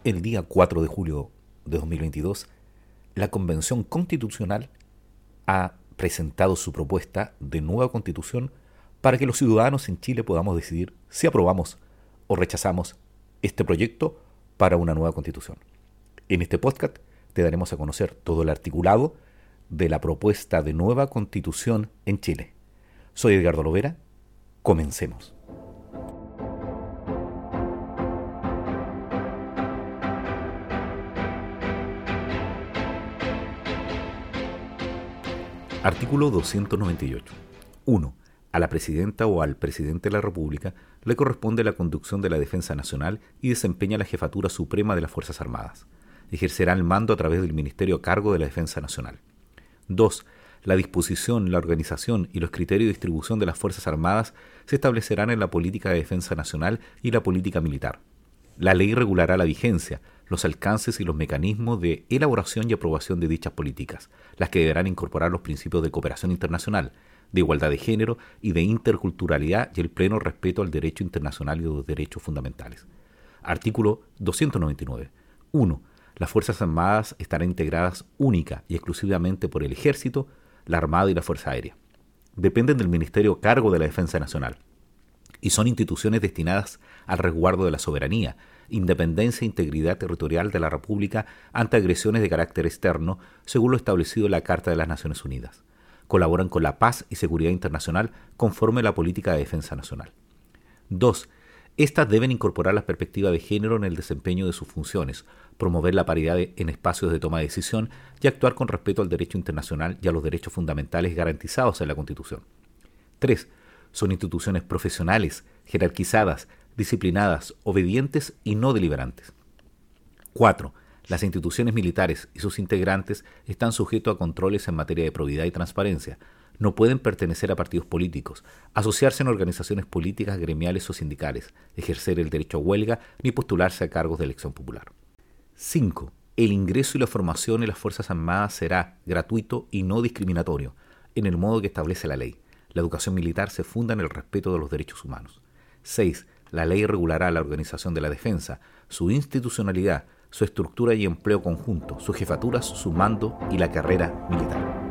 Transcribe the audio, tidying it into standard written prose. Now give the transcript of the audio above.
El día 4 de julio de 2022, la Convención Constitucional ha presentado su propuesta de nueva Constitución para que los ciudadanos en Chile podamos decidir si aprobamos o rechazamos este proyecto para una nueva Constitución. En este podcast te daremos a conocer todo el articulado de la propuesta de nueva Constitución en Chile. Soy Edgardo Lovera. Comencemos. Artículo 298. 1. A la Presidenta o al Presidente de la República le corresponde la conducción de la defensa nacional y desempeña la jefatura suprema de las Fuerzas Armadas. Ejercerá el mando a través del Ministerio a cargo de la Defensa Nacional. 2. La disposición, la organización y los criterios de distribución de las Fuerzas Armadas se establecerán en la política de defensa nacional y la política militar. La ley regulará la vigencia, los alcances y los mecanismos de elaboración y aprobación de dichas políticas, las que deberán incorporar los principios de cooperación internacional, de igualdad de género y de interculturalidad y el pleno respeto al derecho internacional y los derechos fundamentales. Artículo 299. 1. Las Fuerzas Armadas estarán integradas única y exclusivamente por el Ejército, la Armada y la Fuerza Aérea. Dependen del Ministerio a cargo de la Defensa Nacional y son instituciones destinadas al resguardo de la soberanía, independencia e integridad territorial de la República ante agresiones de carácter externo, según lo establecido en la Carta de las Naciones Unidas. Colaboran con la paz y seguridad internacional conforme a la política de defensa nacional. 2. Estas deben incorporar la perspectiva de género en el desempeño de sus funciones, promover la paridad en espacios de toma de decisión y actuar con respeto al derecho internacional y a los derechos fundamentales garantizados en la Constitución. 3. Son instituciones profesionales, jerarquizadas, disciplinadas, obedientes y no deliberantes. 4. Las instituciones militares y sus integrantes están sujetos a controles en materia de probidad y transparencia. No pueden pertenecer a partidos políticos, asociarse en organizaciones políticas, gremiales o sindicales, ejercer el derecho a huelga ni postularse a cargos de elección popular. 5. El ingreso y la formación en las Fuerzas Armadas será gratuito y no discriminatorio, en el modo que establece la ley. La educación militar se funda en el respeto de los derechos humanos. 6. La ley regulará la organización de la defensa, su institucionalidad, su estructura y empleo conjunto, sus jefaturas, su mando y la carrera militar.